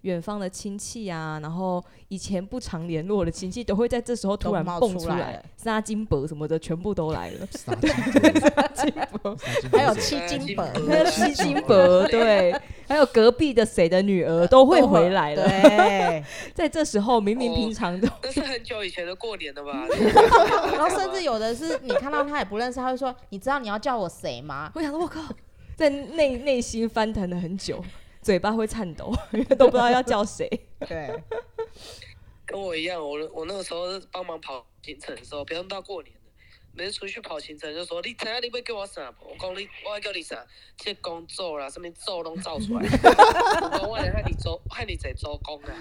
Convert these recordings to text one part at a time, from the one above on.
远方的亲戚啊，然后以前不常联络的亲戚都会在这时候突然蹦出来，沙金伯什么的全部都来了。沙金伯， 还有七金伯， 还有七金伯，对，还有隔壁的谁的女儿都会回来了。 对， 在这时候明明平常都那是很久以前的过年了吧？ 然后甚至有的是你看到他也不认识，他会说：“你知道你要叫我谁吗？” 我想说，我靠，在内心翻腾了很久，嘴巴会颤抖，因为都不知道要叫谁。 对， 跟我一样，我那个时候帮忙跑行程的时候，不用到过年了，每次出去跑行程就说：“你知道你要给我啥？”我讲我要叫你啥？这工作啦，什么做都造出来。我讲我来害你做工啊。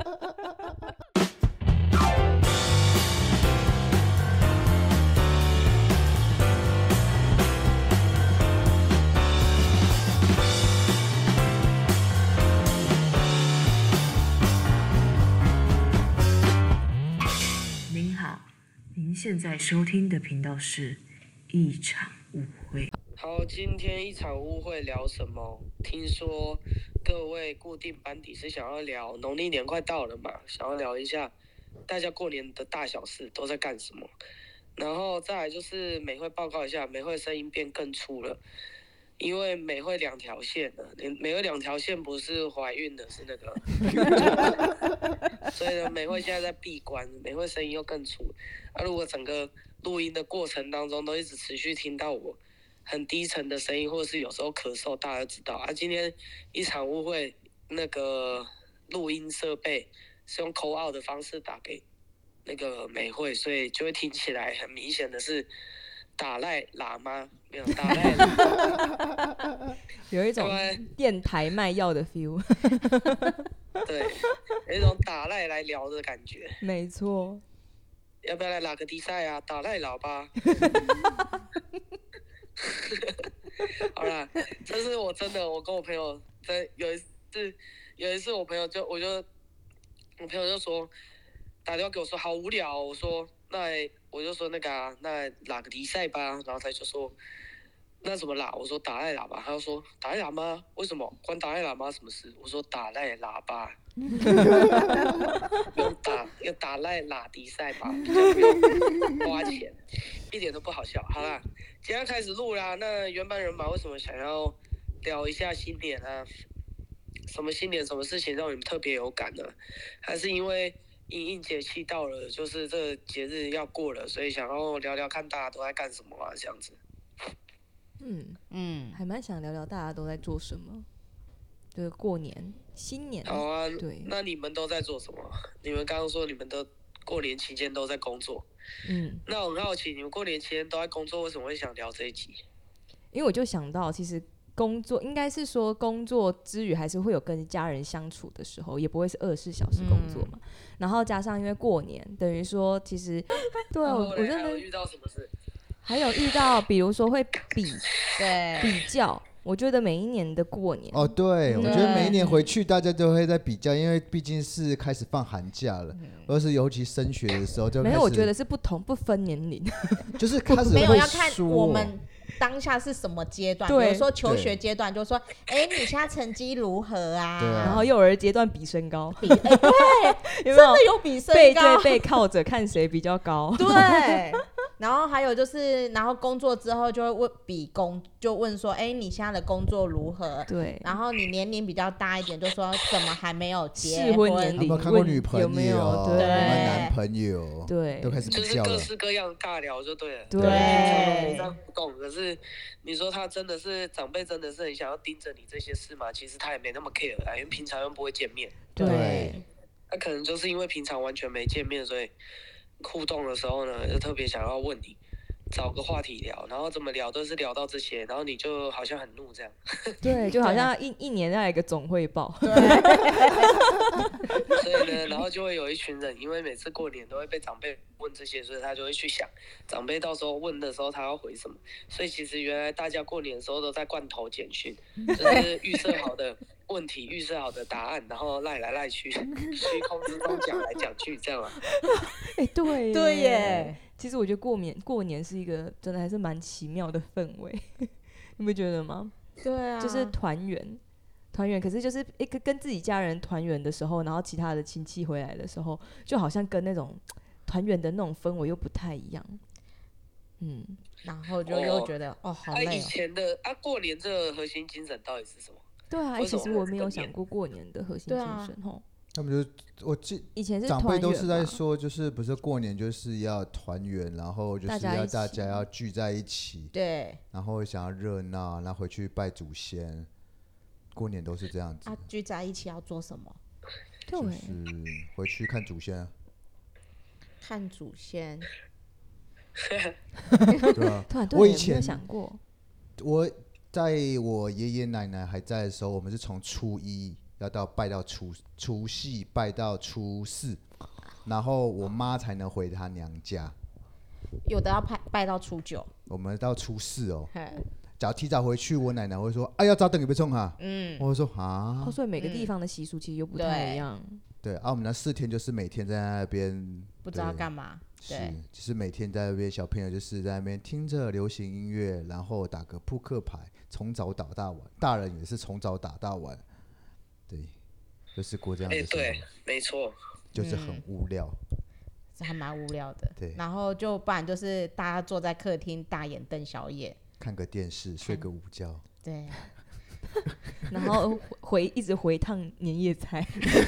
您好，您现在收听的频道是一场误会。 好，今天一场误会聊什么？听说各位固定班底是想要聊农历年快到了嘛，想要聊一下大家过年的大小事都在干什么。然后再来就是美惠报告一下，美惠声音变更粗了，因为美惠2条线了，美惠2条线不是怀孕的，是那个，所以呢，美惠现在在闭关，美惠声音又更粗。如果整个录音的过程当中都一直持续听到我很低沉的声音，或者是有时候咳嗽，大家都知道今天一场误会，那个录音设备是用 call out 的方式打给那个美惠，所以就会听起来很明显的是打赖喇嘛，没有打赖喇嘛有一种电台卖药的 feel。 对，有一种打赖来聊的感觉。 没错。 要不要来拉个比赛啊？打赖喇叭。好啦，这是我真的，我跟我朋友在有一次我朋友就说打电话给我说好无聊我说那我就说那个那拉个比赛吧，然后他就说那怎么拉？我说打赖喇叭，他就说打赖喇叭为什么？关打赖喇叭什么事？我说打赖喇叭。用打赖拉比赛吧，比较不用花钱，一点都不好笑。好啦，今天开始录啦。那原班人马为什么想要聊一下新年啊？什么新年什么事情让你们特别有感呢？还是因为应节气到了，就是这个节日要过了，所以想要聊聊看大家都在干什么啊？这样子。 还蛮想聊聊大家都在做什么。就是过年、新年。 好啊， 对。 那你们都在做什么？你们刚刚说你们都过年期间都在工作。那我很好奇，你们过年期间都在工作，为什么会想聊这一集？ 因为我就想到，其实工作应该是说工作之余还是会有跟家人相处的时候，也不会是24小时工作嘛。然后加上因为过年，等于说其实对啊，我认为遇到什么事？ 还有遇到，比如说会比较。我觉得每一年的过年对，我觉得每一年回去大家都会在比较，因为毕竟是开始放寒假了，而是尤其升学的时候就开始。 没有，我觉得是不分年龄， 就是开始没有要看我们当下是什么阶段。比如说求学阶段，就说你现在成绩如何啊？ 然后幼儿阶段比身高， 对，真的有比身高， 背对背靠着看谁比较高。 对。然后还有就是，然后工作之后就会就问说，你现在的工作如何？ 对。 然后你年龄比较大一点，就说怎么还没有结适婚年龄？ 有没有看过女朋友？ 有没有？ 对，男朋友？ 对， 都开始比较了， 就是各式各样尬聊就对了。 对， 没这样不懂。可是你说他真的是长辈，真的是很想要盯着你这些事吗？其实他也没那么 care 啦，因为平常又不会见面。 对。 他可能就是因为平常完全没见面，所以互动的时候呢，就特别想要问你，找个话题聊，然后怎么聊都是聊到这些，然后你就好像很怒这样。 对，就好像一年要来一个总汇报。 对。 所以呢，然后就会有一群人，因为每次过年都会被长辈问这些，所以他就会去想，长辈到时候问的时候他要回什么。所以其实原来大家过年的时候都在罐头简讯，就是预设好的问题、预设好的答案，然后赖来赖去，虚空之中讲来讲去，这样啊。 对耶。 其实我觉得过年是一个真的还是蛮奇妙的氛围，你不觉得吗？ 对啊， 就是团圆团圆，可是就是一个跟自己家人团圆的时候，然后其他的亲戚回来的时候，就好像跟那种团圆的那种氛围又不太一样。 然后就又觉得好累以前的过年这个核心精神到底是什么？ 对啊，其实我没有想过过年的核心精神吼。 他们就我记以前是长辈都是在说，就是不是过年就是要团圆，然后就是要大家要聚在一起， 对， 然后想要热闹，然后回去拜祖先。过年都是这样子。 聚在一起要做什么？ 就是回去看祖先。 看祖先。 对啊， 我以前没有想过。 我在我爷爷奶奶还在的时候，我们是从初一要拜到除夕，拜到初四，然后我妈才能回她娘家。 有的要拜到初9， 我们到初4哦。假如提早回去，我奶奶会说：“哎，要早等你别冲哈。”我会说：“啊。” 所以每个地方的习俗其实又不太一样。 对，我们那4天就是每天在那边不知道干嘛。 是，就是每天在那边，小朋友就是在那边听着流行音乐，然后打个扑克牌，从早打到晚。大人也是从早打到晚。对，就是过这样的生活。 对，没错， 就是很无聊。 还蛮无聊的。 对， 然后就不然就是大家坐在客厅大眼瞪小眼， 看个电视，睡个午觉。 对。 然后一直回烫年夜菜，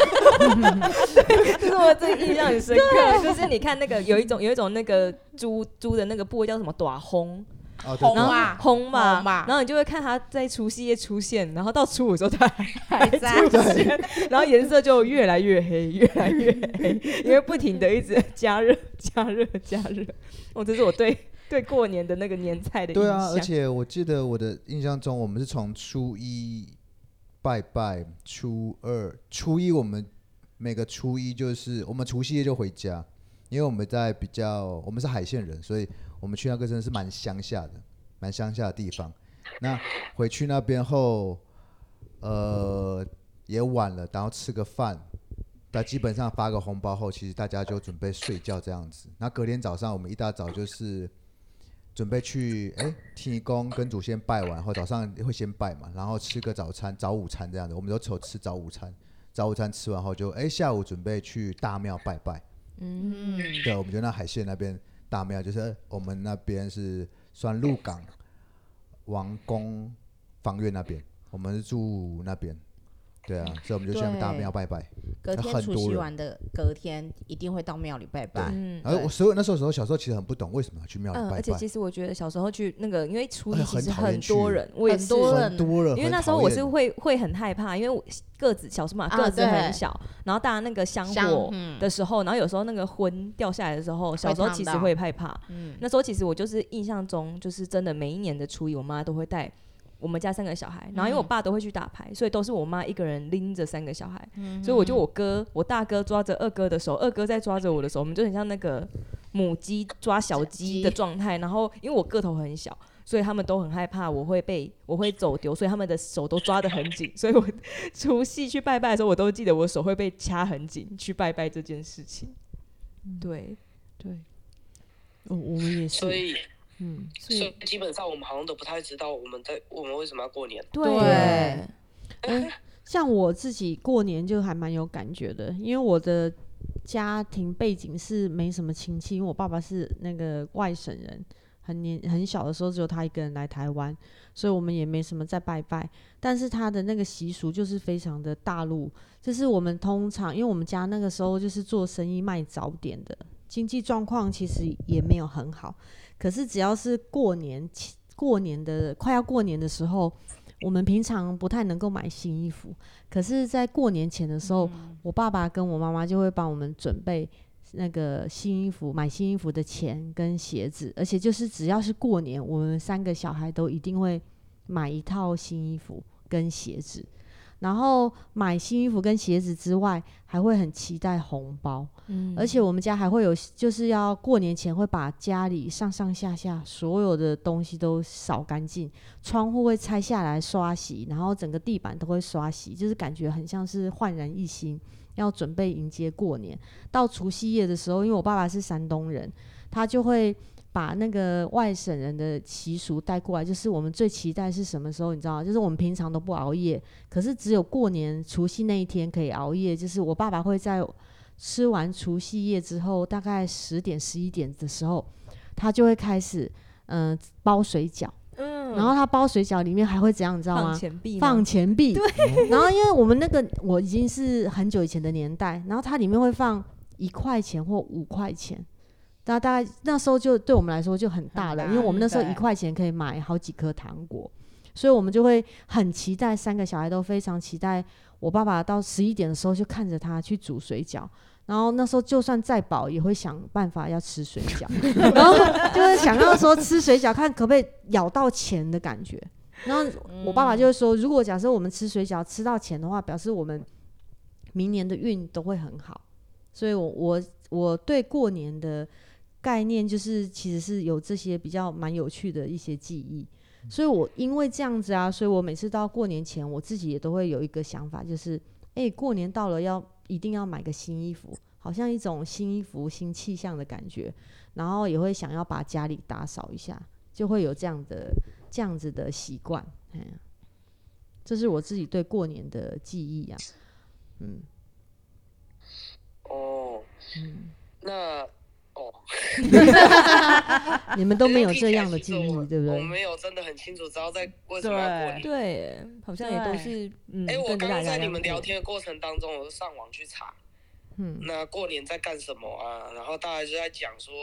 这是我最印象很深刻。就是你看那个有一种那个猪的那个部位叫什么大烘，烘嘛，然后你就会看它在除夕夜出现，然后到初5的时候它还出现，然后颜色就越来越黑，越来越黑，因为不停的一直加热。这是我对过年的那个年菜的印象。 对啊，而且我记得我的印象中，我们是从初1拜，初2、初1，我们每个初1就是我们除夕夜就回家，因为我们我们是海线人，所以我们去那个真的是蛮乡下的地方。那回去那边后，也晚了，然后吃个饭。但基本上发个红包后，其实大家就准备睡觉这样子。那隔天早上，我们一大早就是准备去天公跟祖先拜完后，早上会先拜嘛，然后吃个早午餐这样的。我们都吃早午餐，早午餐吃完后就下午准备去大庙拜拜。对，我们就那海线那边大庙，就是我们那边是算鹿港王公方院那边，我们是住那边。对啊，所以我们就去那个大庙拜拜。 隔天除夕完的隔天一定会到庙里拜拜。 然后那时候小时候其实很不懂为什么要去庙里拜拜。 而且其实我觉得小时候去那个，因为初一其实很多人，我也是很多人， 因为那时候我是会很害怕，因为我小时候嘛个子很小，然后搭那个香火的时候，然后有时候那个灰掉下来的时候，小时候其实会害怕。那时候其实我就是印象中就是真的每一年的初一，我妈都会带我们家3个小孩，然后因为我爸都会去打牌，所以都是我妈一个人拎着3个小孩，所以我大哥抓着二哥的手，二哥再抓着我的手，我们就很像那个母鸡抓小鸡的状态。然后因为我个头很小，所以他们都很害怕我会走丢，所以他们的手都抓得很紧。所以我除夕去拜拜的时候，我都记得我手会被掐很紧去拜拜这件事情。对， 我们也是。 所以基本上我们好像都不太知道我们为什么要过年。 对， 像我自己过年就还蛮有感觉的，因为我的家庭背景是没什么亲戚，因为我爸爸是那个外省人，很小的时候只有他一个人来台湾，所以我们也没什么在拜拜。但是他的那个习俗就是非常的大陆，就是我们通常因为我们家那个时候就是做生意卖早点的，经济状况其实也没有很好。可是只要是过年的快要过年的时候，我们平常不太能够买新衣服，可是在过年前的时候，我爸爸跟我妈妈就会帮我们准备那个新衣服，买新衣服的钱跟鞋子，而且就是只要是过年，我们3个小孩都一定会买一套新衣服跟鞋子。然后买新衣服跟鞋子之外，还会很期待红包。而且我们家还会有，就是要过年前会把家里上上下下所有的东西都扫干净，窗户会拆下来刷洗，然后整个地板都会刷洗，就是感觉很像是焕然一新，要准备迎接过年。到除夕夜的时候，因为我爸爸是山东人，他就会把那个外省人的习俗带过来，就是我们最期待是什么时候？你知道吗？就是我们平常都不熬夜，可是只有过年除夕那一天可以熬夜。就是我爸爸会在吃完除夕夜之后，大概10点11点的时候，他就会开始包水饺。然后他包水饺里面还会怎样，你知道吗？ 放钱币， 放钱币。对。然后因为我们那个我已经是很久以前的年代，然后它里面会放1块钱或5块钱，大概那时候就对我们来说就很大了，因为我们那时候1块钱可以买好几颗糖果，所以我们就会很期待，3个小孩都非常期待我爸爸到11点的时候就看着他去煮水饺。然后那时候就算再饱也会想办法要吃水饺，然后就是想要说吃水饺看可不可以咬到钱的感觉。然后我爸爸就会说，如果假设我们吃水饺吃到钱的话，表示我们明年的运都会很好。所以我对过年的概念就是其实是有这些比较蛮有趣的一些记忆。所以我因为这样子啊，所以我每次到过年前我自己也都会有一个想法，就是过年到了一定要买个新衣服，好像一种新衣服新气象的感觉，然后也会想要把家里打扫一下，就会有这样子的习惯。这是我自己对过年的记忆啊。 那你们都没有这样的记忆，对不对？ 我没有真的很清楚知道在为什么要过年。 对，好像也都是我刚刚在你们聊天的过程当中，我就上网去查，那过年在干什么啊？然后大家就在讲说，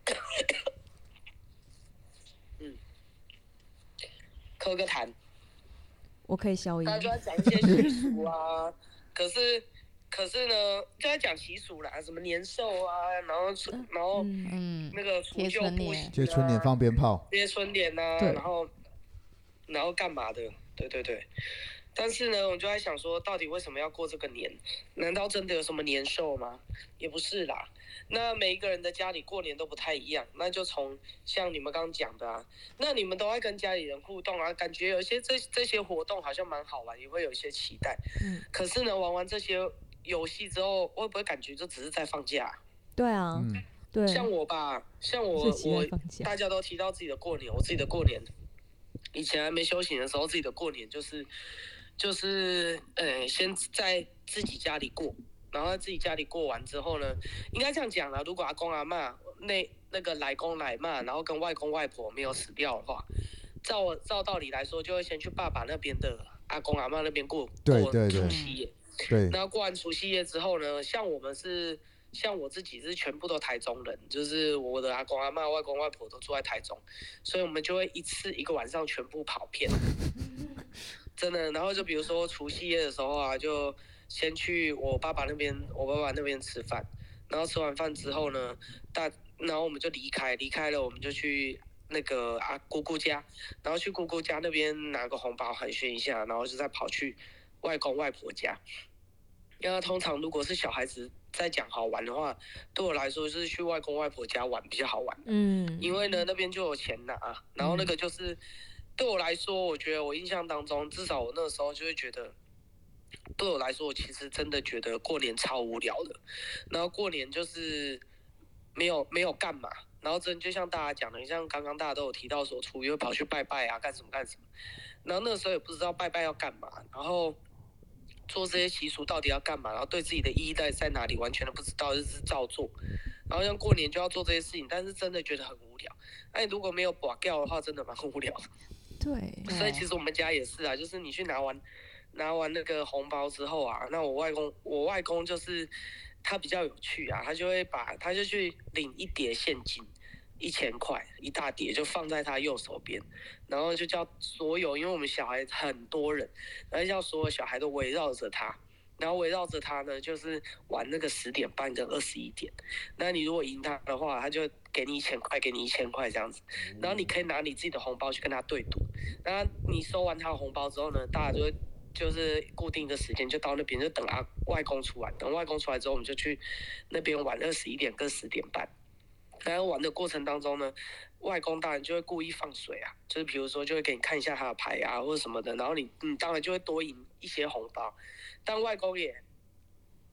磕个痰， 我可以消音。 大家就在讲一些习俗啊，可是呢，就在讲习俗啦，什么年兽啊，然后那个除旧布新， 接春联放鞭炮， 接春联啊，然后干嘛的？对。但是呢，我就在想说，到底为什么要过这个年？难道真的有什么年兽吗？也不是啦。那每一个人的家里过年都不太一样，那就从像你们刚刚讲的啊，那你们都爱跟家里人互动啊，感觉有一些这些活动好像蛮好玩，也会有一些期待。可是呢，玩完这些游戏之后，会不会感觉就只是在放假？ 对啊，对。 像我大家都提到自己的过年，我自己的过年，以前还没修行的时候，自己的过年就是先在自己家里过，然后在自己家里过完之后呢，应该这样讲啦，如果阿公阿嬷那个奶公奶嬷，然后跟外公外婆没有死掉的话，照道理来说，就会先去爸爸那边的阿公阿嬷那边过除夕夜。对。然后过完除夕夜之后呢，像我自己是全部都台中人，就是我的阿公阿嬷、外公外婆都住在台中，所以我们就会一个晚上全部跑遍，真的。然后就比如说除夕夜的时候啊，就先去我爸爸那边吃饭，然后吃完饭之后呢，然后我们就离开了，我们就去那个姑姑家，然后去姑姑家那边拿个红包寒暄一下，然后就再跑去外公外婆家。因为通常如果是小孩子在讲好玩的话，对我来说就是去外公外婆家玩比较好玩。因为呢那边就有钱拿，然后那个就是对我来说，我觉得我印象当中，至少我那时候就会觉得，对我来说，我其实真的觉得过年超无聊的。然后过年就是没有干嘛，然后真的就像大家讲的，像刚刚大家都有提到说，初一会跑去拜拜啊，干什么，然后那个时候也不知道拜拜要干嘛，然后做这些习俗到底要干嘛，然后对自己的意义在哪里，完全都不知道，就是照做。然后像过年就要做这些事情，但是真的觉得很无聊。那你如果没有拔掉的话，真的蛮无聊。 对。 所以其实我们家也是啊，就是你去拿完那个红包之后啊，那我外公就是他比较有趣啊，他就去领一叠现金，1000块一大叠，就放在他右手边，然后就叫所有，因为我们小孩很多人，然后叫所有小孩都围绕着他，然后围绕着他呢，就是玩那个10点半跟21点。那你如果赢他的话，他就给你1000块，给你1000块这样子。然后你可以拿你自己的红包去跟他对赌。然后你收完他的红包之后呢，大家就是固定的时间就到那边，就等外公出来。等外公出来之后，我们就去那边玩21点跟10点半。然后玩的过程当中呢，外公当然就会故意放水啊，就是比如说就会给你看一下他的牌啊或者什么的，然后你当然就会多赢一些红包。但外公也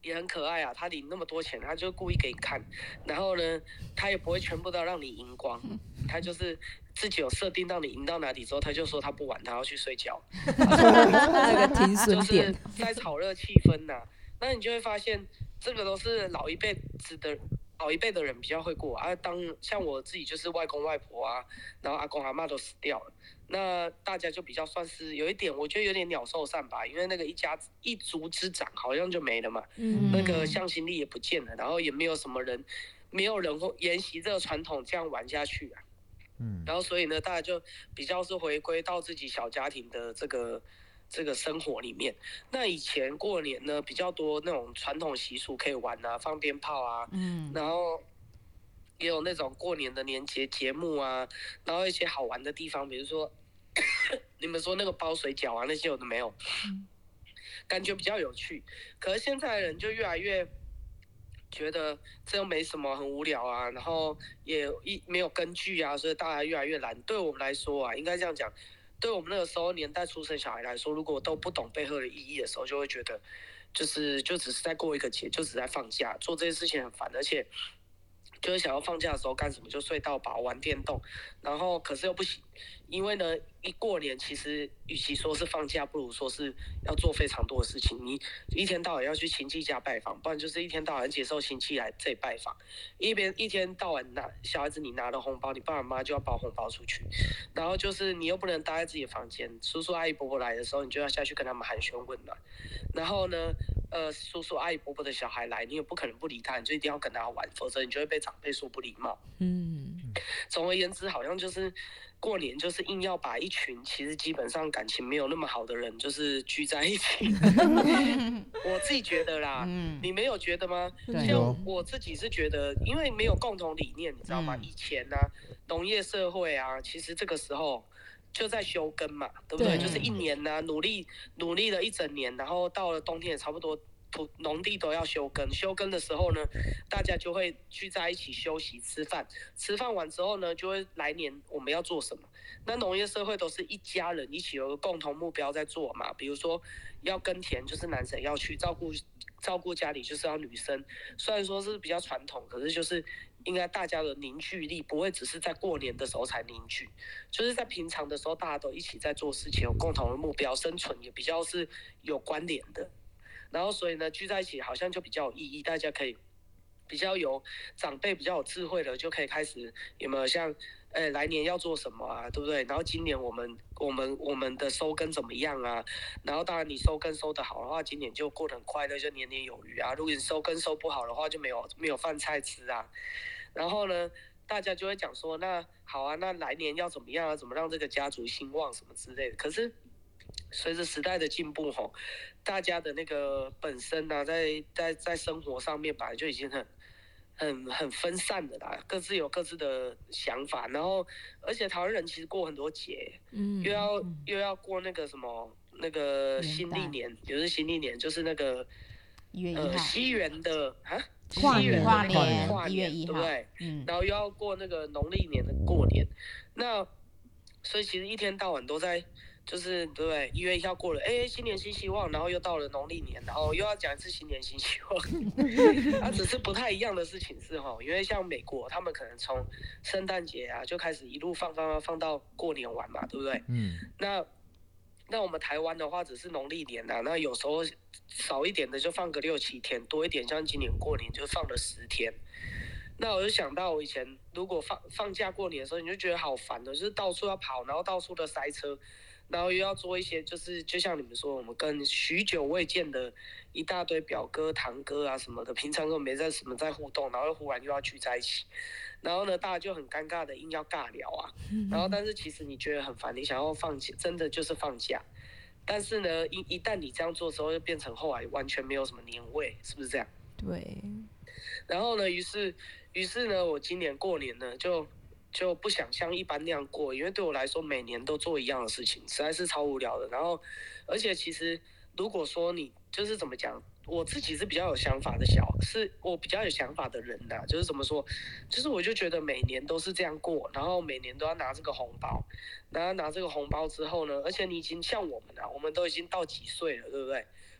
也很可爱啊，他领那么多钱，他就故意给你看，然后呢，他也不会全部都让你赢光，他就是自己有设定到你赢到哪里之后，他就说他不玩，他要去睡觉， 那个停损就是点， 在炒热气氛呐、那你就会发现，这个都是老一辈的人比较会过啊。像我自己就是外公外婆啊，然后阿公阿嬷都死掉了，那大家就比较算是有一点，我觉得有点鸟兽散吧，因为那个一族之长好像就没了嘛，那个向心力也不见了，然后也没有什么人，没有人会沿袭这个传统这样玩下去啊。然后所以呢，大家就比较是回归到自己小家庭的这个生活里面。那以前过年呢，比较多那种传统习俗可以玩啊，放鞭炮啊，然后也有那种过年的年节目啊，然后一些好玩的地方，比如说你们说那个包水饺啊，那些有的没有，感觉比较有趣。可是现在的人就越来越觉得这又没什么，很无聊啊，然后也没有根据啊，所以大家越来越懒。对我们来说啊，应该这样讲，对我们那个时候年代出生小孩来说，如果都不懂背后的意义的时候，就会觉得就只是在过一个节，就只是在放假，做这些事情很烦，而且就是想要放假的时候干什么就睡到饱，玩电动，然后可是又不行，因为呢，一过年其实与其说是放假，不如说是要做非常多的事情。你一天到晚要去亲戚家拜访，不然就是一天到晚接受亲戚来这里拜访，一天到晚小孩子你拿了红包，你爸爸妈妈就要包红包出去，然后就是你又不能待在自己的房间，叔叔阿姨伯伯来的时候，你就要下去跟他们寒暄问暖，然后呢，叔叔阿姨伯伯的小孩来，你也不可能不理他，你就一定要跟他玩，否则你就会被长辈说不礼貌。总而言之，好像就是过年就是硬要把一群其实基本上感情没有那么好的人，就是聚在一起。我自己觉得啦，你没有觉得吗？像我自己是觉得，因为没有共同理念，你知道吗？以前啊，农业社会啊，其实这个时候就在休耕嘛，对不对？就是一年啊，努力了一整年，然后到了冬天也差不多。农地都要休耕，休耕的时候呢，大家就会聚在一起休息吃饭，吃饭完之后呢，就会来年我们要做什么。那农业社会都是一家人一起有个共同目标在做嘛，比如说要耕田，就是男生要去照顾家里，就是要女生。虽然说是比较传统，可是就是应该大家的凝聚力不会只是在过年的时候才凝聚，就是在平常的时候大家都一起在做事情，有共同的目标，生存也比较是有关联的。然后所以呢，聚在一起好像就比较有意义，大家可以比较有长辈比较有智慧的，就可以开始有没有像，来年要做什么啊，对不对？然后今年我们的收耕怎么样啊？然后当然你收耕收得好的话，今年就过得很快乐，就年年有余啊。如果你收耕收不好的话，就没有饭菜吃啊。然后呢，大家就会讲说，那好啊，那来年要怎么样啊？怎么让这个家族兴旺什么之类的。可是随着时代的进步吼，大家的那个本身啊，在生活上面本来就已经很分散的啦，各自有各自的想法，然后而且台湾人其实过很多节，又要过那个什么那个新历年，也是新历年，就是那个 1月1号西元的啊。 跨西元的那个年跨 1月1号， 对不对？然后又要过那个农历年的过年，那所以其实一天到晚都在，就是对不对？1月1号过了，新年新希望，然后又到了农历年，然后又要讲一次新年新希望。它只是不太一样的事情是哈，因为像美国，他们可能从圣诞节啊就开始一路放到过年完嘛，对不对？那我们台湾的话，只是农历年啊，那有时候少一点的就放个6、7天，多一点像今年过年就放了10天。那我就想到我以前如果放假过年的时候，你就觉得好烦的，就是到处要跑，然后到处的塞车，然后又要做一些就像你们说，我们跟许久未见的一大堆表哥堂哥啊什么的，平常都没在互动，然后忽然又要聚在一起，然后呢大家就很尴尬的硬要尬聊啊，然后但是其实你觉得很烦，你想要放假，真的就是放假，但是呢一旦你这样做之后，就变成后来完全没有什么年味，是不是这样？ 对。 然后呢，于是呢，我今年过年呢就不想像一般那样过，因为对我来说每年都做一样的事情，实在是超无聊的。然后，而且其实如果说你就是怎么讲，我自己是比较有想法的是我比较有想法的人呐、就是怎么说，就是我就觉得每年都是这样过，然后每年都要拿这个红包，然后拿这个红包之后呢，而且你已经像我们啊，我们都已经到几岁了，对不对？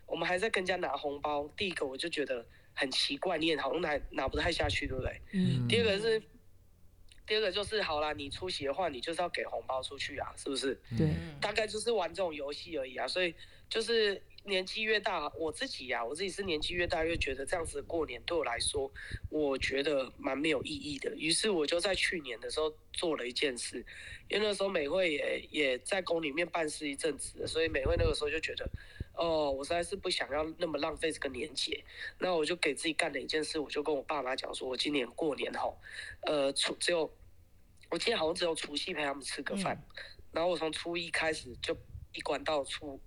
我们还在跟人家拿红包，第一个我就觉得很奇怪，你也好像拿不太下去，对不对？第二个就是好啦，你出席的话，你就是要给红包出去啊，是不是？ 对， 大概就是玩这种游戏而已啊，所以就是年纪越大，我自己是年纪越大越觉得这样子的过年对我来说，我觉得蛮没有意义的。于是我就在去年的时候做了一件事，因为那时候美惠也在宫里面办事一阵子，所以美惠那个时候就觉得，我实在是不想要那么浪费这个年节，那我就给自己干了一件事，我就跟我爸妈讲说，我今年过年我今天好像只有除夕陪他们吃个饭，然后我从初一开始就闭关到初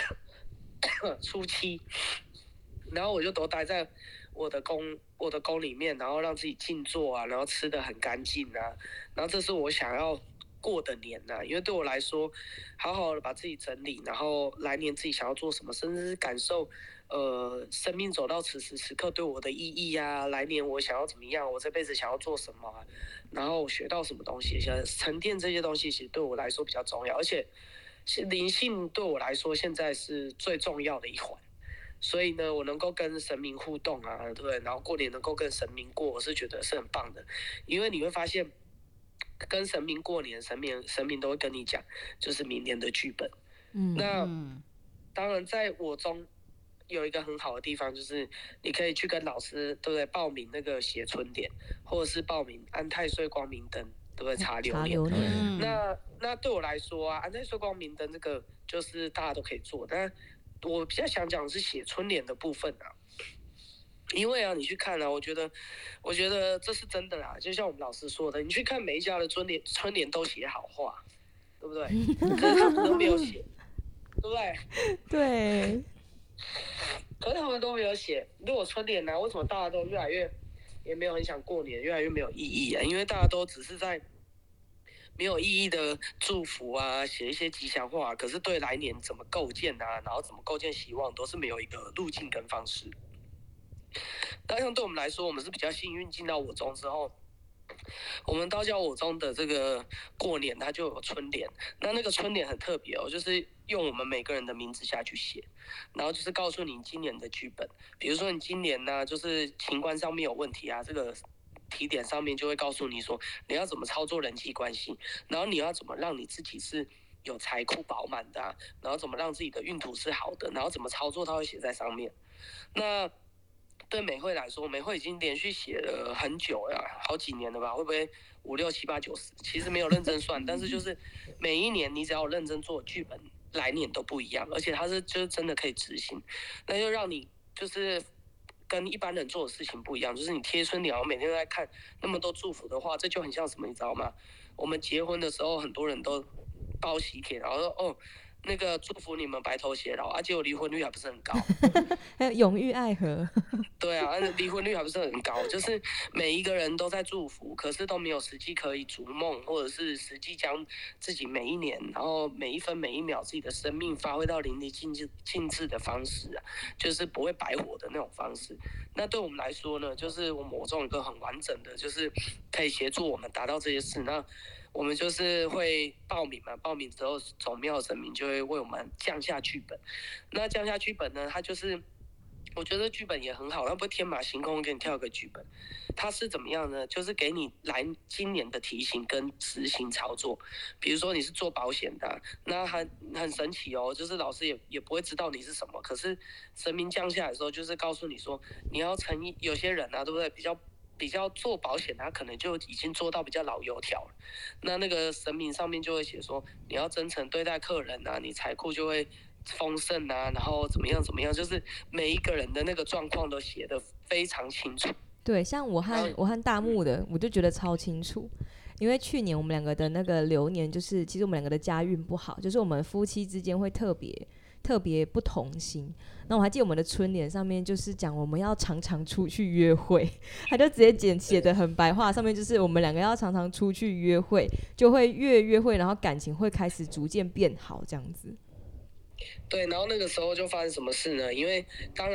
七，然后我就都待在我的宫里面，然后让自己静坐啊，然后吃得很干净啊，然后这是我想要过的年啊，因为对我来说，好好的把自己整理，然后来年自己想要做什么，甚至是感受生命走到此时此刻对我的意义啊，来年我想要怎么样，我这辈子想要做什么啊，然后学到什么东西，沉淀这些东西其实对我来说比较重要，而且灵性对我来说现在是最重要的一环。所以呢，我能够跟神明互动啊，对不对？然后过年能够跟神明过，我是觉得是很棒的，因为你会发现，跟神明过年，神明都会跟你讲，就是明年的剧本。那当然，在我中有一个很好的地方，就是你可以去跟老师，对不对？报名那个写春联，或者是报名安太岁光明灯，对不对？查流年。那对我来说啊，安太岁光明灯这个就是大家都可以做，但我比较想讲的是写春联的部分啊，因为啊，你去看啊，我觉得这是真的啦，就像我们老师说的，你去看每一家的春联都写好话，对不对？可是他们都没有写，对不对？ 对。 可是他们都没有写。如果春联啊，为什么大家都越来越也没有很想过年，越来越没有意义啊？因为大家都只是在没有意义的祝福啊，写一些吉祥话，可是对来年怎么构建啊，然后怎么构建希望，都是没有一个路径跟方式。那像对我们来说，我们是比较幸运进到我宗之后，我们道教我宗的这个过年它就有春联，那个春联很特别哦，就是用我们每个人的名字下去写，然后就是告诉你今年的剧本，比如说你今年呢就是情关上面有问题啊，这个提点上面就会告诉你说你要怎么操作人际关系，然后你要怎么让你自己是有财库饱满的啊，然后怎么让自己的运途是好的，然后怎么操作它会写在上面。那对美惠来说，美惠已经连续写了很久了，好几年了吧？会不会5、6、7、8、9、10？其实没有认真算，但是就是每一年你只要认真做剧本，来年都不一样，而且它是就是真的可以执行，那就让你就是跟一般人做的事情不一样，就是你贴春联，每天都在看那么多祝福的话，这就很像什么，你知道吗？我们结婚的时候，很多人都包喜帖，然后说那个祝福你们白头偕老，结果离婚率还不是很高。 还有永浴爱河。 对啊，离婚率还不是很高，就是每一个人都在祝福，可是都没有实际可以逐梦，或者是实际将自己每一年，然后每一分每一秒自己的生命发挥到淋漓尽致的方式啊，就是不会白活的那种方式。那对我们来说呢，就是我们这种一个很完整的，就是可以协助我们达到这些事。那我们就是会报名嘛，报名之后总庙神明就会为我们降下剧本。那降下剧本呢，它就是我觉得剧本也很好，它不会天马行空给你跳个剧本，它是怎么样呢？就是给你来今年的提醒跟执行操作。比如说你是做保险的，那很神奇哦，就是老师也不会知道你是什么，可是神明降下来的时候，就是告诉你说你要诚意。有些人啊，对不对？比较做保险，他可能就已经做到比较老油条了。那个神明上面就会写说，你要真诚对待客人啊，你财库就会丰盛啊，然后怎么样，就是每一个人的那个状况都写得非常清楚。 对，像我和大木的，我就觉得超清楚。因为去年我们两个的那个流年，就是其实我们两个的家运不好，就是我们夫妻之间会特别不同心。那我还记得我们的春联上面就是讲我们要常常出去约会，他就直接写得很白话，上面就是我们两个要常常出去约会，就会越约会，然后感情会开始逐渐变好这样子。 对，然后那个时候就发生什么事呢？因为当然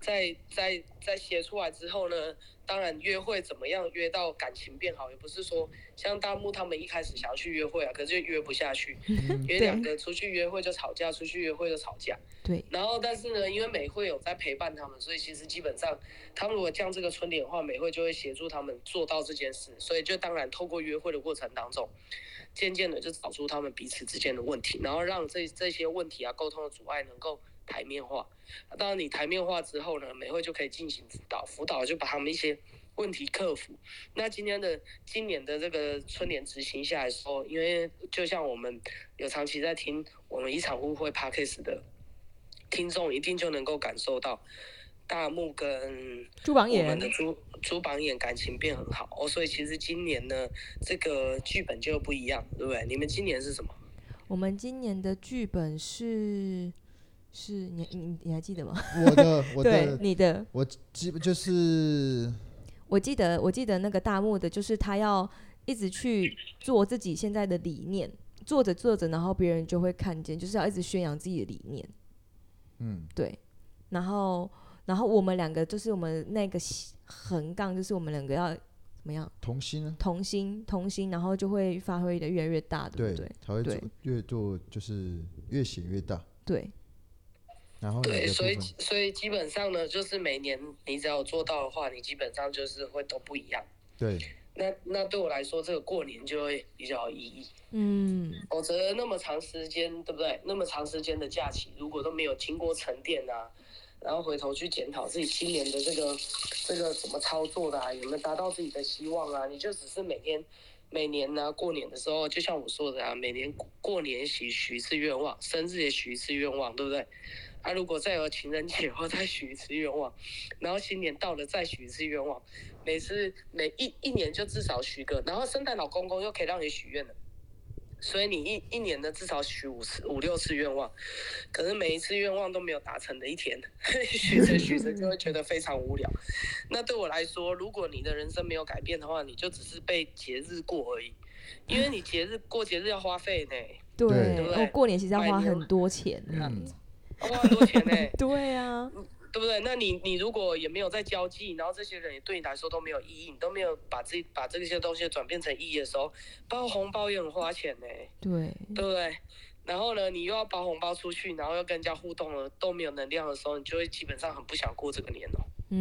在写出来之后呢，当然约会怎么样约到感情变好，也不是说像大木他们一开始想要去约会啊，可是就约不下去，因为两个出去约会就吵架，出去约会就吵架。 对。 然后但是呢，因为美会有在陪伴他们，所以其实基本上他们如果降这个春联的话，美会就会协助他们做到这件事，所以就当然透过约会的过程当中。渐渐的就找出他们彼此之间的问题，然后让这些问题啊沟通的阻碍能够台面化。当然你台面化之后呢，美会就可以进行辅导就把他们一些问题克服。那今年的这个春联执行下来的时候，因为就像我们有长期在听我们一场误会 Podcast 的听众，一定就能够感受到。大木跟朱榜眼， 我们的朱榜眼感情变很好哦，所以其实今年呢，这个剧本就不一样，对不对？你们今年是什么？ 我们今年的剧本是你还记得吗？ 我的对你的， 我基本就是我记得那个大木的，就是他要一直去做自己现在的理念，做着做着，然后别人就会看见，就是要一直宣扬自己的理念。对，然后我们两个就是我们那个横杠，就是我们两个要怎么样？ 同心啊， 同心，然后就会发挥的越来越大，对不对？ 才会越做就是越写越大。 对。 然后对，所以基本上呢，就是每年你只要有做到的话，你基本上就是会都不一样。 对。 那对我来说，这个过年就会比较有意义。否则那么长时间，对不对？那么长时间的假期，如果都没有经过沉淀啊。然后回头去检讨自己今年的这个怎么操作的啊，有没有达到自己的希望啊？你就只是每年呢、过年的时候，就像我说的啊，每年过年许一次愿望，生日也许一次愿望，对不对？啊，如果再有情人节的话，再许一次愿望，然后新年到了再许一次愿望，每一年就至少许个，然后圣诞老公公又可以让你许愿了。所以你一年呢至少许5、6次愿望，可是每一次愿望都没有达成的一天，许着就会觉得非常无聊。那对我来说，如果你的人生没有改变的话，你就只是被节日过而已，因为你过节日要花费呢。 对不对？ 过年其实要花很多钱， 花很多钱呢。 对啊。 对不对？那你如果也没有在交际，然后这些人也对你来说都没有意义，你都没有把这些东西转变成意义的时候，包红包也很花钱呢。 对不对？然后呢，你又要包红包出去，然后又跟人家互动了，都没有能量的时候，你就会基本上很不想过这个年哦。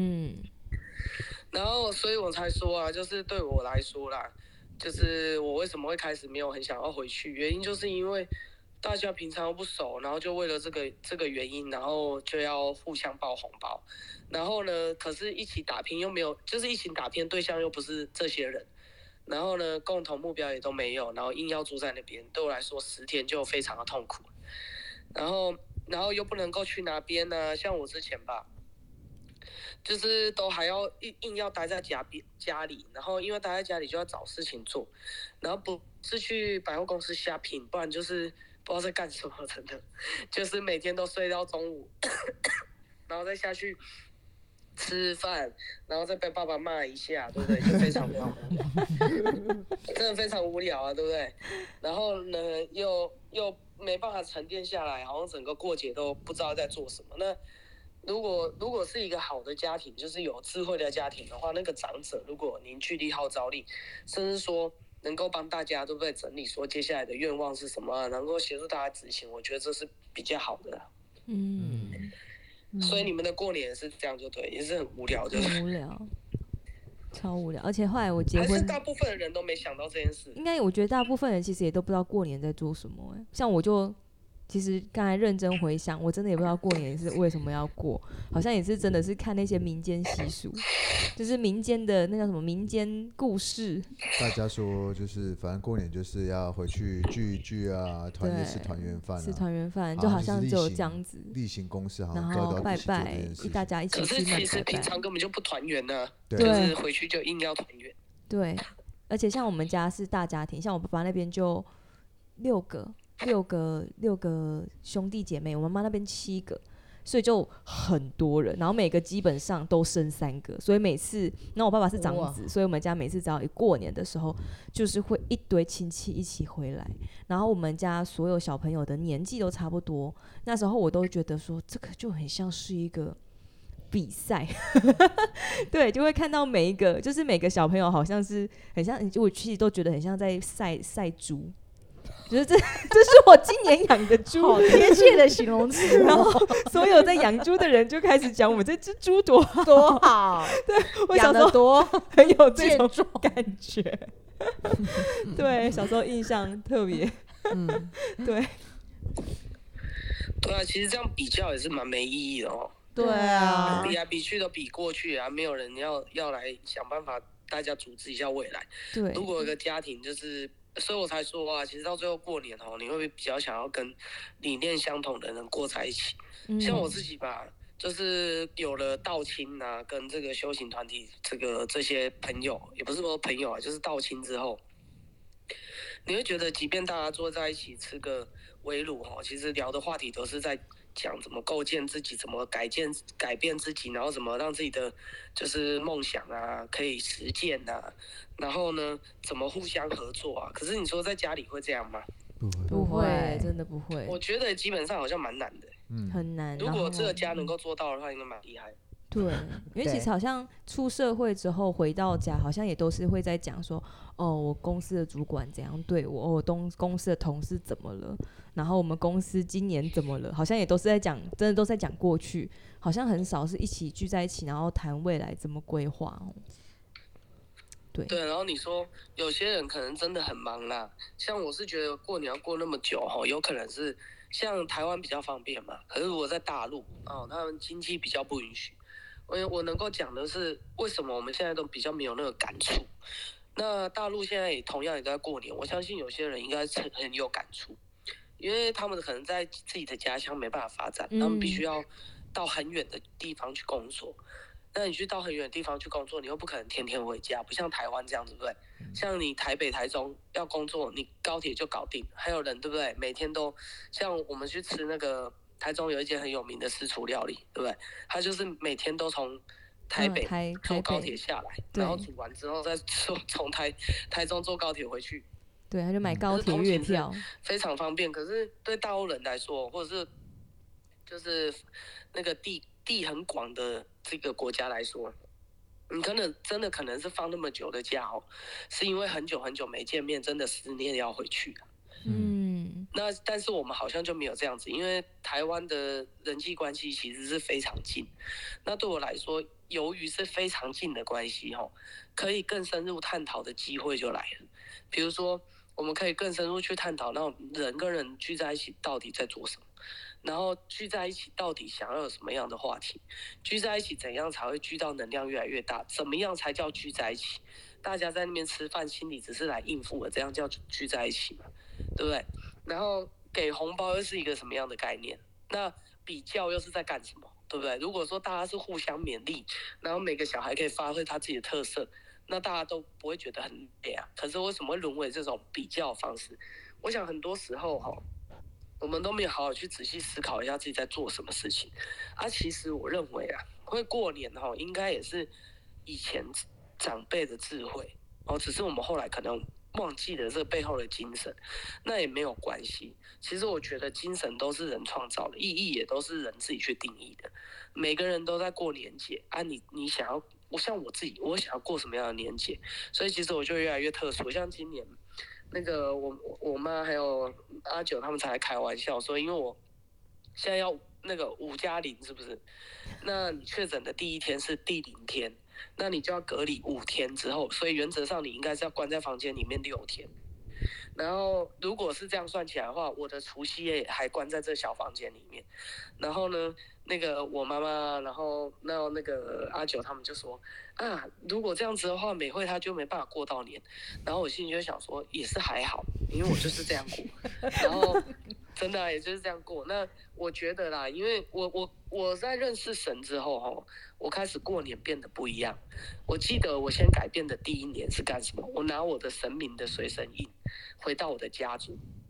然后，所以我才说啊，就是对我来说啦，就是我为什么会开始没有很想要回去，原因就是因为。大家平常不熟，然后就为了这个原因，然后就要互相包红包，然后呢，可是一起打拼又没有，就是一起打拼对象又不是这些人，然后呢，共同目标也都没有，然后硬要住在那边，对我来说10天就非常的痛苦，然后又不能够去哪边呢？像我之前吧，就是都还要硬要待在家里，然后因为待在家里就要找事情做，然后不是去百货公司shopping，不然就是不知道在干什么，真的就是每天都睡到中午，然后再下去吃饭，然后再被爸爸骂一下，对不对？就非常无聊，真的非常无聊啊，对不对？然后呢，又没办法沉淀下来，好像整个过节都不知道在做什么。那如果是一个好的家庭，就是有智慧的家庭的话，那个长者如果凝聚力、号召力，甚至说能够帮大家，对不对？整理说接下来的愿望是什么，能够协助大家执行，我觉得这是比较好的。所以你们的过年是这样就对，也是很无聊的。 很无聊，超无聊。而且后来我结婚， 还是大部分的人都没想到这件事。 应该我觉得大部分人其实也都不知道过年在做什么。像我就。其实刚才认真回想，我真的也不知道过年是为什么要过，好像也是真的是看那些民间习俗，就是民间的那叫什么民间故事。 大家说就是反正过年就是要回去聚一聚啊，团圆吃团圆饭， 吃团圆饭就好像只有这样子， 例行公事， 然后拜拜，大家一起吃饭。 可是其实平常根本就不团圆呢， 对， 就是回去就硬要团圆。 对，而且像我们家是大家庭，像我爸爸那边就6个兄弟姐妹，我妈妈那边7个，所以就很多人，然后每个基本上都生3个，所以每次，然后我爸爸是长子，所以我们家每次只要一过年的时候，就是会一堆亲戚一起回来，然后我们家所有小朋友的年纪都差不多，那时候我都觉得说这个就很像是一个比赛，对，就会看到每个小朋友好像是很像，我其实都觉得很像在赛猪。就是这是我今年养的猪， 好贴切的形容词然后所有在养猪的人就开始讲我们这只猪多好， 多好， 对我养小时候得多很有这种感觉，对，小时候印象特别，对， 对啊，其实这样比较也是蛮没意义的哦。 对啊， 比来比去都比过去啊，没有人要来想办法，大家组织一下未来。 对， 如果有个家庭就是，所以我才说啊，其实到最后过年哦，你会比较想要跟理念相同的人过在一起。像我自己吧，就是有了道亲啊，跟这个修行团体这些朋友，也不是说朋友啊，就是道亲之后，你会觉得，即便大家坐在一起吃个围炉哈，其实聊的话题都是在讲怎么构建自己，怎么改变自己，然后怎么让自己的就是梦想啊可以实践啊，然后呢怎么互相合作啊。可是你说在家里会这样吗？ 不会，真的不会。 我觉得基本上好像蛮难的， 很难。 如果这个家能够做到的话，应该蛮厉害的。 对，因为其实好像出社会之后回到家，好像也都是会在讲说，哦，我公司的主管怎样对我，我公司的同事怎么了，然后我们公司今年怎么了，好像也都是在讲，真的都在讲过去，好像很少是一起聚在一起，然后谈未来怎么规划。对， 然后你说有些人可能真的很忙啦，像我是觉得过年要过那么久有可能是像台湾比较方便嘛，可是如果在大陆他们经济比较不允许。我能够讲的是，为什么我们现在都比较没有那个感触？那大陆现在也同样也在过年，我相信有些人应该是很有感触，因为他们可能在自己的家乡没办法发展，他们必须要到很远的地方去工作。那你去到很远的地方去工作，你又不可能天天回家，不像台湾这样，对不对？像你台北、台中要工作，你高铁就搞定。还有人，对不对？每天都像我们去吃那个。台中有一间很有名的私厨料理，对不对？他就是每天都从台北坐高铁下来，然后煮完之后再从台中坐高铁回去。 对，他就买高铁月票， 非常方便。可是对大陆人来说，或者是就是那个地很广的这个国家来说，你真的可能是放那么久的假是因为很久很久没见面，真的思念要回去。那但是我们好像就没有这样子，因为台湾的人际关系其实是非常近。那对我来说，由于是非常近的关系可以更深入探讨的机会就来了。比如说，我们可以更深入去探讨，那人跟人聚在一起到底在做什么，然后聚在一起到底想要有什么样的话题，聚在一起怎样才会聚到能量越来越大，怎么样才叫聚在一起？大家在那边吃饭，心里只是来应付的，这样叫聚在一起嘛？对不对？然后给红包又是一个什么样的概念？那比较又是在干什么？对不对？如果说大家是互相勉励，然后每个小孩可以发挥他自己的特色，那大家都不会觉得很累啊。可是为什么会沦为这种比较方式？我想很多时候我们都没有好好去仔细思考一下自己在做什么事情。其实我认为会过年应该也是以前长辈的智慧只是我们后来可能忘记了这背后的精神，那也没有关系。其实我觉得精神都是人创造的，意义也都是人自己去定义的。每个人都在过年节你想要，像我自己，我想要过什么样的年节，所以其实我就越来越特殊。像今年那个我妈还有阿九他们才来开玩笑说，因为我现在要那个5+0，是不是？那你确诊的第一天是第0天。那你就要隔离5天之后，所以原则上你应该是要关在房间里面6天。然后如果是这样算起来的话，我的除夕夜还关在这小房间里面。然后呢，那个我妈妈，然后那个阿九他们就说如果这样子的话，美惠她就没办法过到年。然后我心里就想说，也是还好，因为我就是这样过。然后真的也就是这样过。那我觉得啦，因为我在认识神之后我开始过年变得不一样。我记得我先改变的第1年是干什么？我拿我的神明的随身印回到我的家族，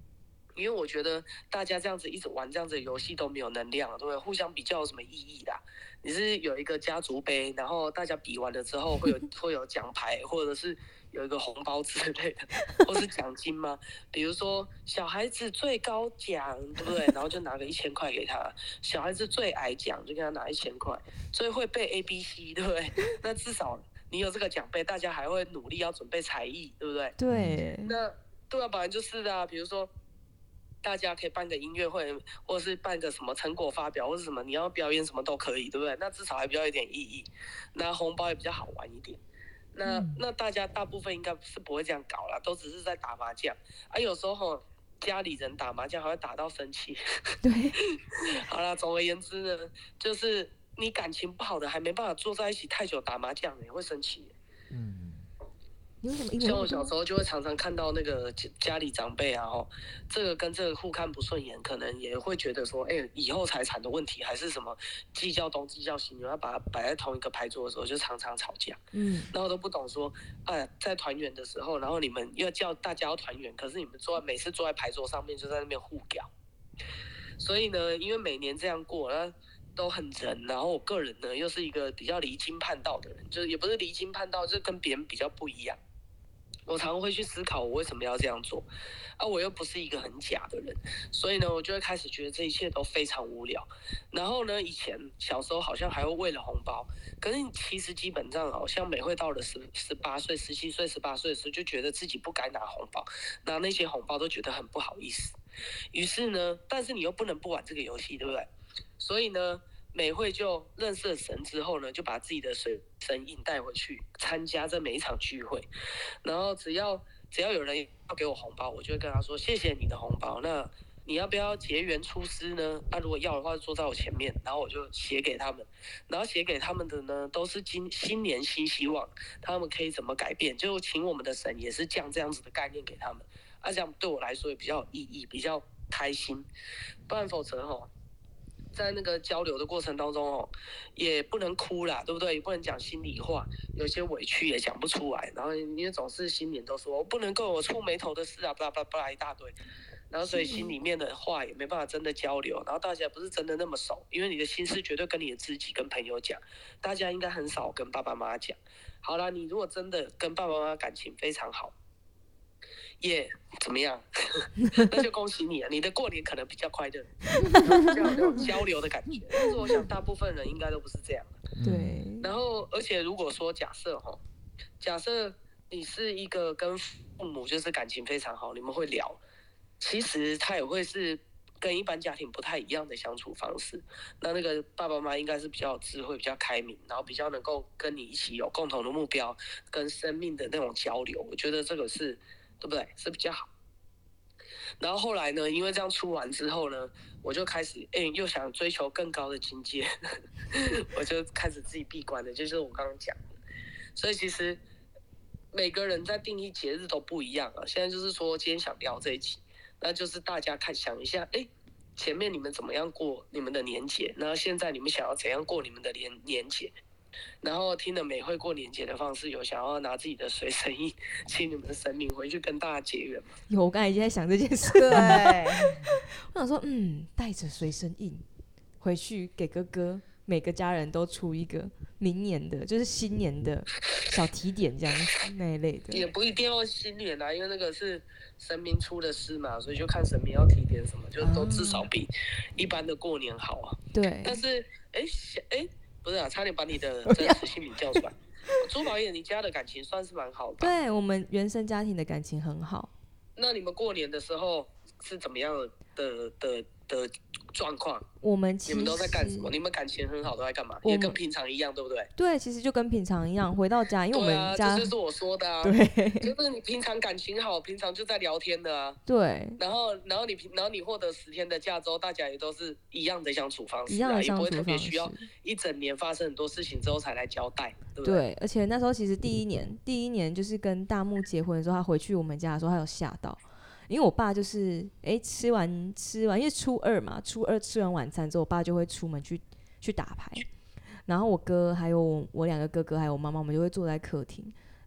因为我觉得大家这样子一直玩这样子的游戏都没有能量，对不对？互相比较有什么意义啦？你是有一个家族杯，然后大家比完了之后会有奖牌，或者是有一个红包之类的，或是奖金吗？比如说小孩子最高奖，对不对？然后就拿个1000块给他，小孩子最矮奖就给他拿1000块，最会背 ABC， 对不对？那至少你有这个奖杯，大家还会努力要准备才艺，对不对？ 对， 那对啊，本来就是的啊。比如说，大家可以办个音乐会，或者是办个什么成果发表，或者什么你要表演什么都可以，对不对？那至少还比较有点意义，那红包也比较好玩一点。那大家大部分应该是不会这样搞啦，都只是在打麻将啊。有时候家里人打麻将还会打到生气。 对， 好啦，总而言之呢，就是你感情不好的还没办法坐在一起太久打麻将，也会生气。 你为什么英文像我小时候就会常常看到那个家里长辈啊，这个跟这个互看不顺眼，可能也会觉得说，以后财产的问题还是什么计较东计较西，你要把它摆在同一个牌桌的时候，就常常吵架。然后都不懂说，在团圆的时候，然后你们要叫大家要团圆，可是你们每次坐在牌桌上面就在那边互屌。所以呢，因为每年这样过，那都很人，然后我个人呢又是一个比较离经叛道的人，就是也不是离经叛道，就是跟别人比较不一样。我常常会去思考我为什么要这样做，我又不是一个很假的人，所以呢，我就会开始觉得这一切都非常无聊。然后呢，以前小时候好像还会为了红包，可是其实基本上好像每会到了18岁、17岁、18岁的时候，就觉得自己不该拿红包，拿那些红包都觉得很不好意思。于是呢，但是你又不能不玩这个游戏，对不对？所以呢，美惠就认识了神之后呢，就把自己的水神印带回去参加这每一场聚会，然后只要有人要给我红包，我就会跟他说谢谢你的红包，那你要不要结缘出师呢？如果要的话就坐在我前面，然后我就写给他们，然后写给他们的呢都是新年新希望，他们可以怎么改变，就请我们的神也是降这样子的概念给他们，这样对我来说也比较有意义，比较开心，不然否则在那个交流的过程当中也不能哭啦，对不对？也不能讲心里话，有些委屈也讲不出来，然后因为总是新年都说不能够有触眉头的事啊，巴拉巴拉巴拉一大堆，然后所以心里面的话也没办法真的交流，然后大家不是真的那么熟，因为你的心事绝对跟你的知己跟朋友讲，大家应该很少跟爸爸妈妈讲。好啦，你如果真的跟爸爸妈妈感情非常好，怎么样？那就恭喜你了，你的过年可能比较快乐，比较有那种交流的感觉。但是我想大部分人应该都不是这样的。 对， 然后，而且如果说假设你是一个跟父母就是感情非常好，你们会聊，其实他也会是跟一般家庭不太一样的相处方式。那个爸爸妈妈应该是比较有智慧、比较开明，然后比较能够跟你一起有共同的目标跟生命的那种交流。我觉得这个是。对不对？是比较好。然后后来呢，因为这样出完之后呢，我就开始又想追求更高的境界，我就开始自己闭关了，就是我刚刚讲的。所以其实每个人在定义节日都不一样啊。现在就是说，今天想聊这一集，那就是大家想一下，前面你们怎么样过你们的年节，然后现在你们想要怎样过你们的年节。然后听了美惠过年节的方式，有想要拿自己的随身印请你们的神明回去跟大家结缘吗？ 有，我刚才已经在想这件事。 对， 我想说，带着随身印回去给哥哥，每个家人都出一个明年的，就是新年的小提点这样子那一类的。 也不一定要新年啊，因为那个是神明出的诗嘛，所以就看神明要提点什么，就都至少比一般的过年好啊。 对。 但是不是啊，差点把你的真实姓名叫出来。朱宝叶，你家的感情算是蛮好的。 对，我们原生家庭的感情很好。 那你们过年的时候是怎么样的状况？ 你们都在干什么？你们感情很好都在干嘛？也跟平常一样，对不对？ 对，其实就跟平常一样。回到家，因为我们家这就是我说的啊。 对， 就是你平常感情好，平常就在聊天的啊。 对。 然后你获得10天的假之后，大家也都是一样的相处方式， 一样的相处方式， 也不会特别需要一整年发生很多事情之后才来交代，对不对？对，而且那时候其实第一年就是跟大木结婚的时候，他回去我们家的时候，他有吓到。因为我爸就是吃完，因为初二嘛，初二吃完晚餐之后，我爸就会出门去打牌，然后我哥还有我2个哥哥还有我妈妈，我们就会坐在客厅，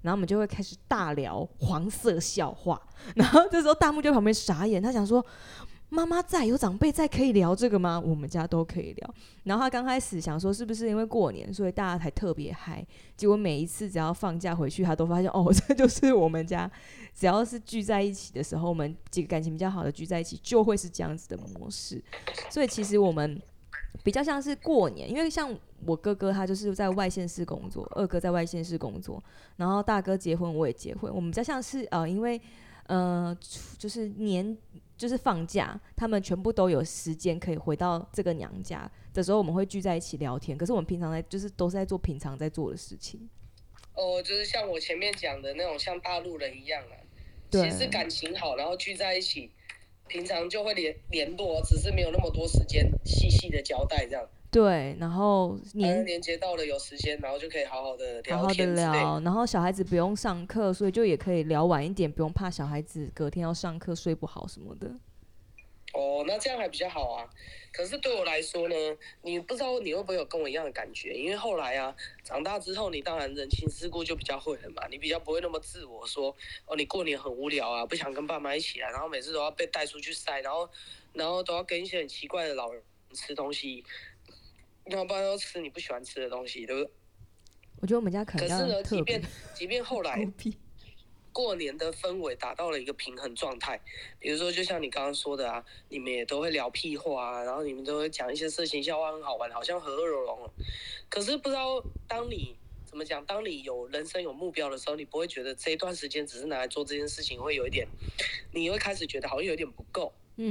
然后我们就会开始大聊黄色笑话，然后这时候大木就在旁边傻眼，他想说妈妈在，有长辈在，可以聊这个吗？我们家都可以聊。然后他刚开始想说是不是因为过年，所以大家才特别嗨。结果每一次只要放假回去，他都发现哦，这就是我们家，只要是聚在一起的时候，我们几个感情比较好的聚在一起，就会是这样子的模式。所以其实我们比较像是过年，因为像我哥哥他就是在外县市工作，二哥在外县市工作，然后大哥结婚我也结婚，我们比较像是因为就是就是放假，他们全部都有时间可以回到这个娘家的时候，我们会聚在一起聊天。可是我们平常就是都是在做平常在做的事情。 就是像我前面讲的那种，像大陆人一样啊， 对， 其实感情好，然后聚在一起，平常就会联络，只是没有那么多时间细细的交代这样。 对，然后连接到了有时间，然后就可以好好的聊天之类的， 好好的聊，然后小孩子不用上课，所以就也可以聊晚一点，不用怕小孩子隔天要上课睡不好什么的。 那这样还比较好啊。可是对我来说呢，你不知道你会不会有跟我一样的感觉？因为后来啊，长大之后，你当然人情世故就比较会了嘛，你比较不会那么自我说，你过年很无聊啊，不想跟爸妈一起啊，然后每次都要被带出去晒，然后都要跟一些很奇怪的老人吃东西。然后不然要吃你不喜欢吃的东西，对不对？ 我觉得我们家可能可是呢， 特别即便后来过年的氛围达到了一个平衡状态，比如说就像你刚刚说的啊，你们也都会聊屁话啊，然后你们都会讲一些色情笑话，很好玩，好像和乐融融了。可是不知道当你怎么讲，当你有人生有目标的时候，你不会觉得这一段时间只是拿来做这件事情，会有一点，你会开始觉得好像有点不够。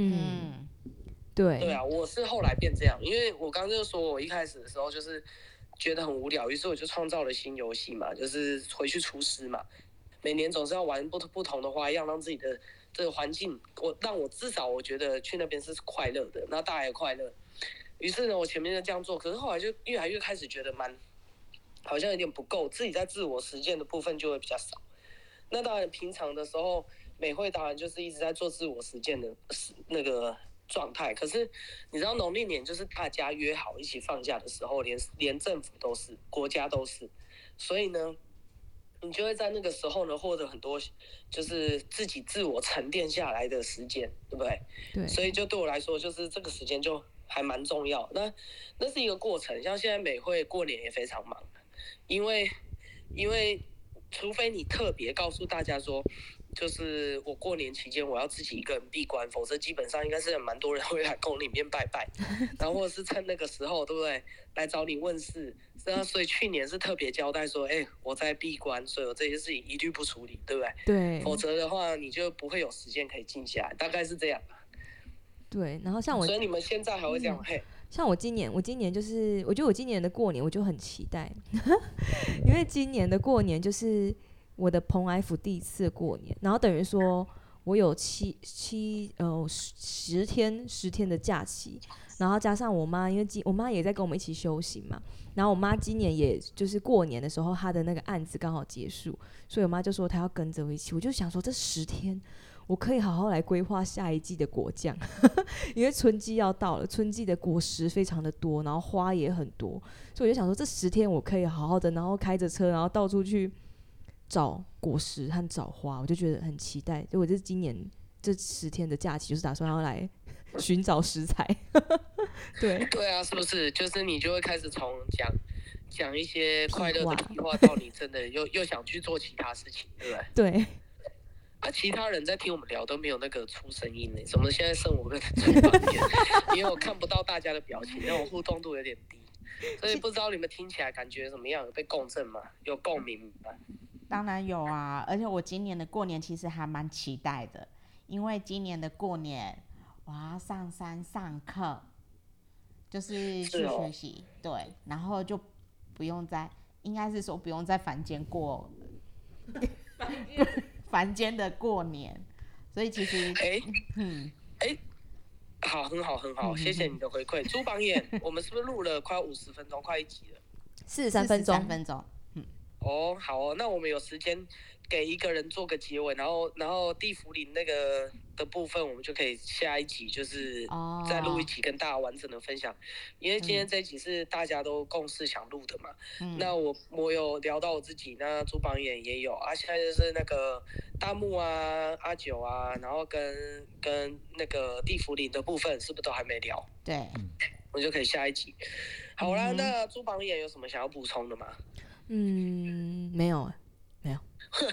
对啊，我是后来变这样，因为我刚刚就说我一开始的时候就是觉得很无聊，于是我就创造了新游戏嘛，就是回去厨师嘛，每年总是要玩不同的花样，让自己的这个环境，让我至少我觉得去那边是快乐的，然后大家也快乐。于是呢，我前面就这样做，可是后来就越来越开始觉得好像有点不够，自己在自我实践的部分就会比较少。那当然平常的时候，美会当然就是一直在做自我实践的那个状态，可是你知道农历年就是大家约好一起放假的时候，连政府都是，国家都是，所以呢，你就会在那个时候呢获得很多就是自己自我沉淀下来的时间，对不对？ 对， 所以就对我来说，就是这个时间就还蛮重要。那是一个过程，像现在美会过年也非常忙，因为除非你特别告诉大家说，就是我过年期间我要自己一个人闭关，否则基本上应该是蛮多人会来宫里面拜拜，然后或者是趁那个时候，对不对？来找你问事。所以去年是特别交代说，我在闭关，所以我这些事情一律不处理，对不对？ 对。 否则的话，你就不会有时间可以静下来，大概是这样。 对，然后像我， 所以你们现在还会这样， 像我今年就是，我觉得我今年的过年我就很期待，因为今年的过年就是我的蓬莱府第一次过年，然后等于说我有10天的假期，然后加上我妈，因为我妈也在跟我们一起修行嘛，然后我妈今年也就是过年的时候，她的那个案子刚好结束，所以我妈就说她要跟着我一起，我就想说这10天。我可以好好来规划下一季的果酱，因为春季要到了，春季的果实非常的多，然后花也很多，所以我就想说这10天我可以好好的，然后开着车，然后到处去找果实和找花，我就觉得很期待。所以我这今年这10天的假期，就是打算要来寻找食材。对啊，是不是？就是你就会开始从讲一些快乐的屁话，到你真的又想去做其他事情，对不对？ 对。 其他人在听我们聊都没有那个出声音呢，怎么现在剩我跟嘴巴边？因为我看不到大家的表情，那种互动度有点低，所以不知道你们听起来感觉怎么样？有被共振吗？有共鸣吗？ 当然有啊，而且我今年的过年其实还蛮期待的，因为今年的过年我要上山上课，就是去学习，对，然后就不用应该是说不用在凡间过。凡间的过年，所以其实好，很好，谢谢你的回馈。朱榜眼，我们是不是录了快50分钟，快1集了 ？43分钟。 哦，好哦，那我们有时间给一个人做个结尾，然后地福林那个的部分，我们就可以下一集就是再录一集跟大家完整的分享。因为今天这一集是大家都共识想录的嘛，那我有聊到我自己，那朱榜眼也有啊，现在就是那个大木啊、阿九啊，然后跟那个地福林的部分是不是都还没聊？ 对， 我就可以下一集。好啦，那朱榜眼有什么想要补充的吗？ 没有，没有。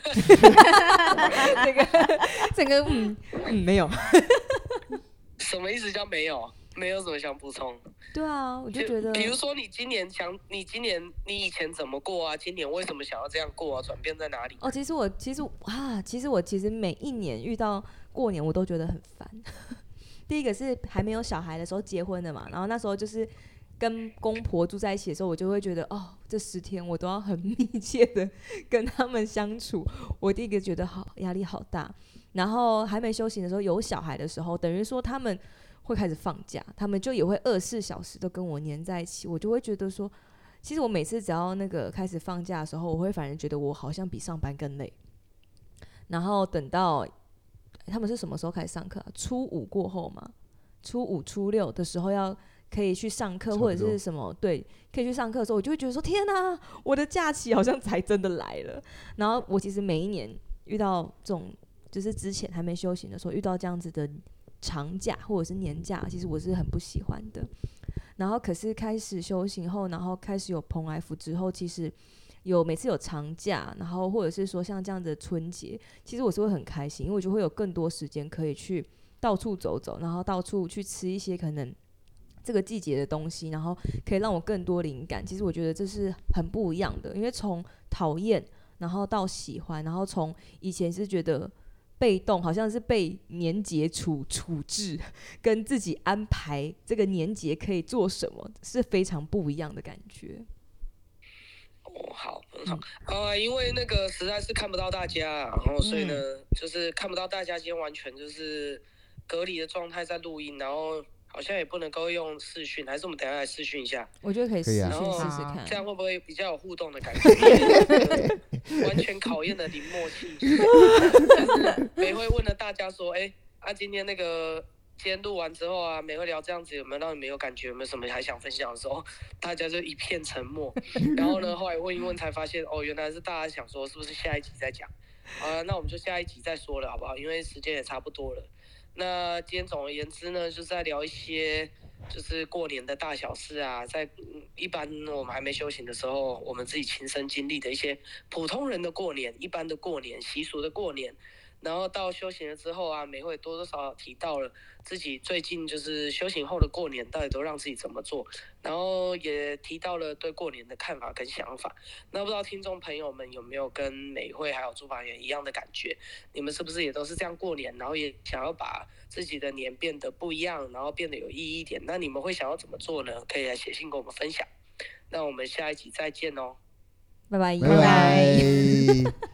这个没有。 什么意思叫没有？没有什么想补充？ 对啊，我就觉得， 比如说你以前怎么过啊？今年为什么想要这样过啊？转变在哪里？ 哦，其实我每一年遇到过年我都觉得很烦。第一个是还没有小孩的时候结婚的嘛，然后那时候就是跟公婆住在一起的时候，我就会觉得这10天我都要很密切的跟他们相处，我第一个觉得压力好大。然后还没休息的时候，有小孩的时候，等于说他们会开始放假，他们就也会24小时都跟我黏在一起，我就会觉得说，其实我每次只要那个开始放假的时候，我会反而觉得我好像比上班更累。然后等到他们是什么时候开始上课啊？初5过后嘛，初5、初6的时候可以去上课，或者是什么对，可以去上课的时候，我就会觉得说天哪，我的假期好像才真的来了。然后我其实每一年遇到这种，就是之前还没休息的时候，遇到这样子的长假或者是年假，其实我是很不喜欢的。然后可是开始修行后，然后开始有蓬莱福之后，其实每次有长假，然后或者是说像这样的春节，其实我是会很开心，因为我就会有更多时间可以去到处走走，然后到处去吃一些可能这个季节的东西，然后可以让我更多灵感。其实我觉得这是很不一样的，因为从讨厌然后到喜欢，然后从以前是觉得被动，好像是被年节处置，跟自己安排这个年节可以做什么，是非常不一样的感觉。 好，很好。因为那个实在是看不到大家，然后所以呢，就是看不到大家，今天完全就是隔离的状态在录音，然后好像也不能够用视讯，还是我们等一下来视讯一下？ 我觉得可以视讯试试看， 这样会不会比较有互动的感觉？完全考验了零默契。就是美惠问了大家说，今天那个。今天录完之后啊，美惠聊这样子有没有让你们有感觉？有没有什么还想分享的时候，大家就一片沉默。然后呢，后来问一问才发现，原来是大家想说是不是下一集再讲？那我们就下一集再说了，好不好？因为时间也差不多了。那今天总而言之呢，就是在聊一些就是过年的大小事啊，在一般我们还没修行的时候，我们自己亲身经历的一些普通人的过年、一般的过年、习俗的过年。然后到修行了之后啊，美惠多多少少提到了自己最近就是修行后的过年到底都让自己怎么做，然后也提到了对过年的看法跟想法。那不知道听众朋友们有没有跟美惠还有朱法元一样的感觉？你们是不是也都是这样过年，然后也想要把自己的年变得不一样，然后变得有意义一点？那你们会想要怎么做呢？可以来写信跟我们分享。那我们下一集再见哦， 拜拜， 拜拜。